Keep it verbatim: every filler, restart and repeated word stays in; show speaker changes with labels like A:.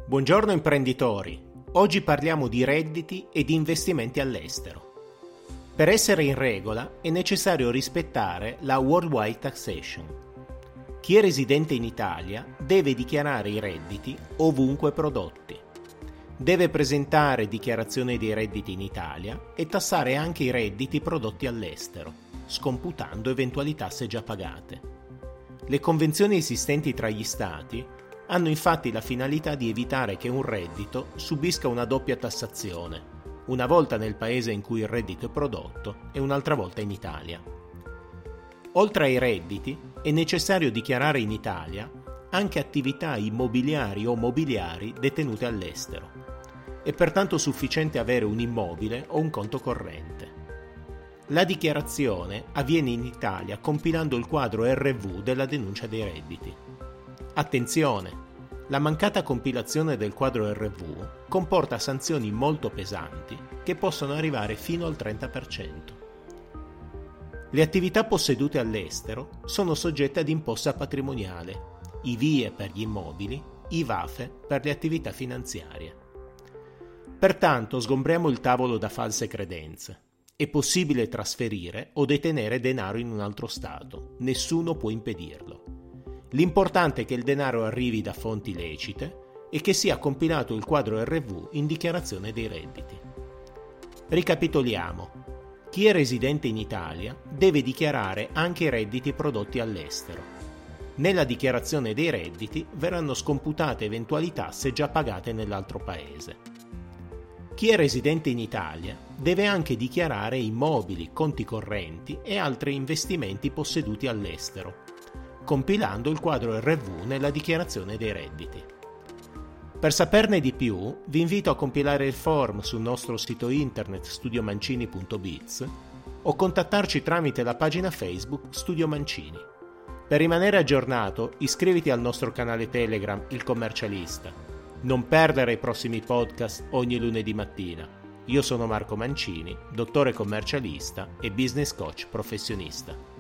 A: Buongiorno imprenditori, oggi parliamo di redditi e di investimenti all'estero. Per essere in regola è necessario rispettare la Worldwide Taxation. Chi è residente in Italia deve dichiarare i redditi ovunque prodotti. Deve presentare dichiarazione dei redditi in Italia e tassare anche i redditi prodotti all'estero, scomputando eventuali tasse già pagate. Le convenzioni esistenti tra gli Stati hanno infatti la finalità di evitare che un reddito subisca una doppia tassazione, una volta nel paese in cui il reddito è prodotto e un'altra volta in Italia. Oltre ai redditi, è necessario dichiarare in Italia anche attività immobiliari o mobiliari detenute all'estero. È pertanto sufficiente avere un immobile o un conto corrente. La dichiarazione avviene in Italia compilando il quadro R V della denuncia dei redditi. Attenzione! La mancata compilazione del quadro R V comporta sanzioni molto pesanti che possono arrivare fino al trenta per cento. Le attività possedute all'estero sono soggette ad imposta patrimoniale, I V I E per gli immobili, I V A F E per le attività finanziarie. Pertanto sgombriamo il tavolo da false credenze. È possibile trasferire o detenere denaro in un altro Stato, nessuno può impedirlo. L'importante è che il denaro arrivi da fonti lecite e che sia compilato il quadro R V in dichiarazione dei redditi. Ricapitoliamo. Chi è residente in Italia deve dichiarare anche i redditi prodotti all'estero. Nella dichiarazione dei redditi verranno scomputate eventuali tasse già pagate nell'altro paese. Chi è residente in Italia deve anche dichiarare immobili, conti correnti e altri investimenti posseduti all'estero, compilando il quadro R V nella dichiarazione dei redditi. Per saperne di più, vi invito a compilare il form sul nostro sito internet studio mancini punto biz o contattarci tramite la pagina Facebook Studio Mancini. Per rimanere aggiornato, iscriviti al nostro canale Telegram Il Commercialista. Non perdere i prossimi podcast ogni lunedì mattina. Io sono Marco Mancini, dottore commercialista e business coach professionista.